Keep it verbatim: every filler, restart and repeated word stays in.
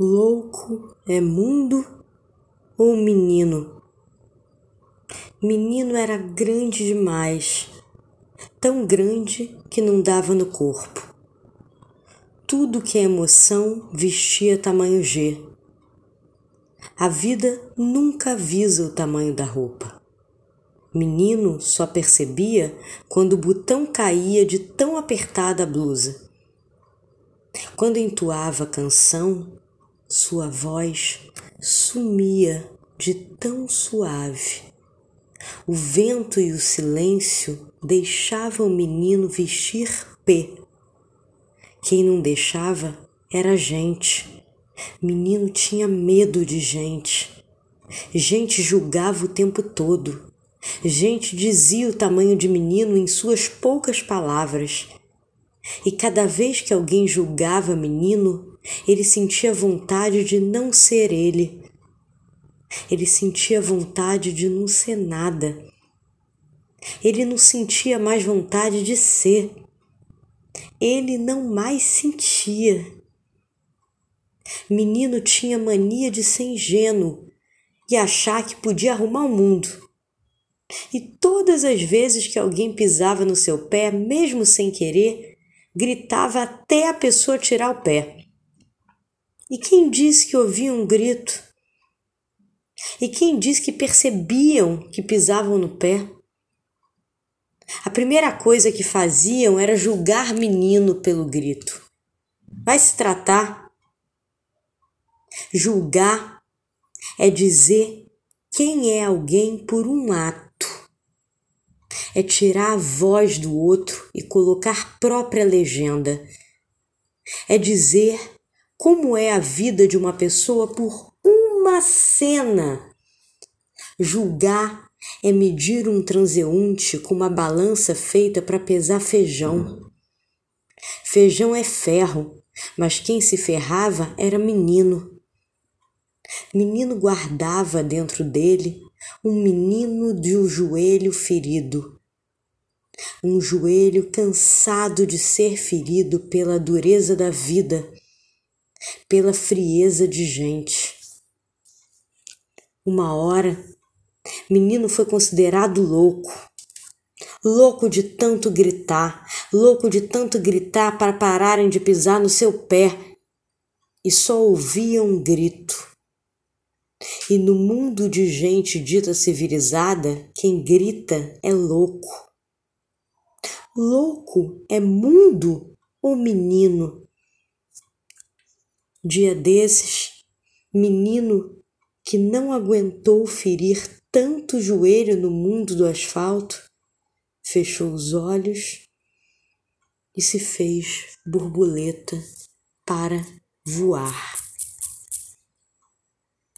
Louco é mundo ou menino? Menino era grande demais, tão grande que não dava no corpo. Tudo que é emoção vestia tamanho G. A vida nunca avisa o tamanho da roupa. Menino só percebia quando o botão caía de tão apertada a blusa. Quando entoava a canção, sua voz sumia de tão suave. O vento e o silêncio deixavam o menino vestir P. Quem não deixava era a gente. Menino tinha medo de gente. Gente julgava o tempo todo. Gente dizia o tamanho de menino em suas poucas palavras. E cada vez que alguém julgava menino, ele sentia vontade de não ser ele. Ele sentia vontade de não ser nada. Ele não sentia mais vontade de ser. Ele não mais sentia. Menino tinha mania de ser ingênuo e achar que podia arrumar o mundo. E todas as vezes que alguém pisava no seu pé, mesmo sem querer, gritava até a pessoa tirar o pé. E quem disse que ouvia um grito? E quem disse que percebiam que pisavam no pé? A primeira coisa que faziam era julgar menino pelo grito. Vai se tratar. Julgar é dizer quem é alguém por um ato. É tirar a voz do outro e colocar própria legenda. É dizer como é a vida de uma pessoa por uma cena. Julgar é medir um transeunte com uma balança feita para pesar feijão. Feijão é ferro, mas quem se ferrava era menino. Menino guardava dentro dele um menino de um joelho ferido. Um joelho cansado de ser ferido pela dureza da vida, pela frieza de gente. Uma hora, menino foi considerado louco. Louco de tanto gritar, louco de tanto gritar para pararem de pisar no seu pé. E só ouvia um grito. E no mundo de gente dita civilizada, quem grita é louco. Louco é mundo ou menino? Dia desses, menino que não aguentou ferir tanto joelho no mundo do asfalto, fechou os olhos e se fez borboleta para voar.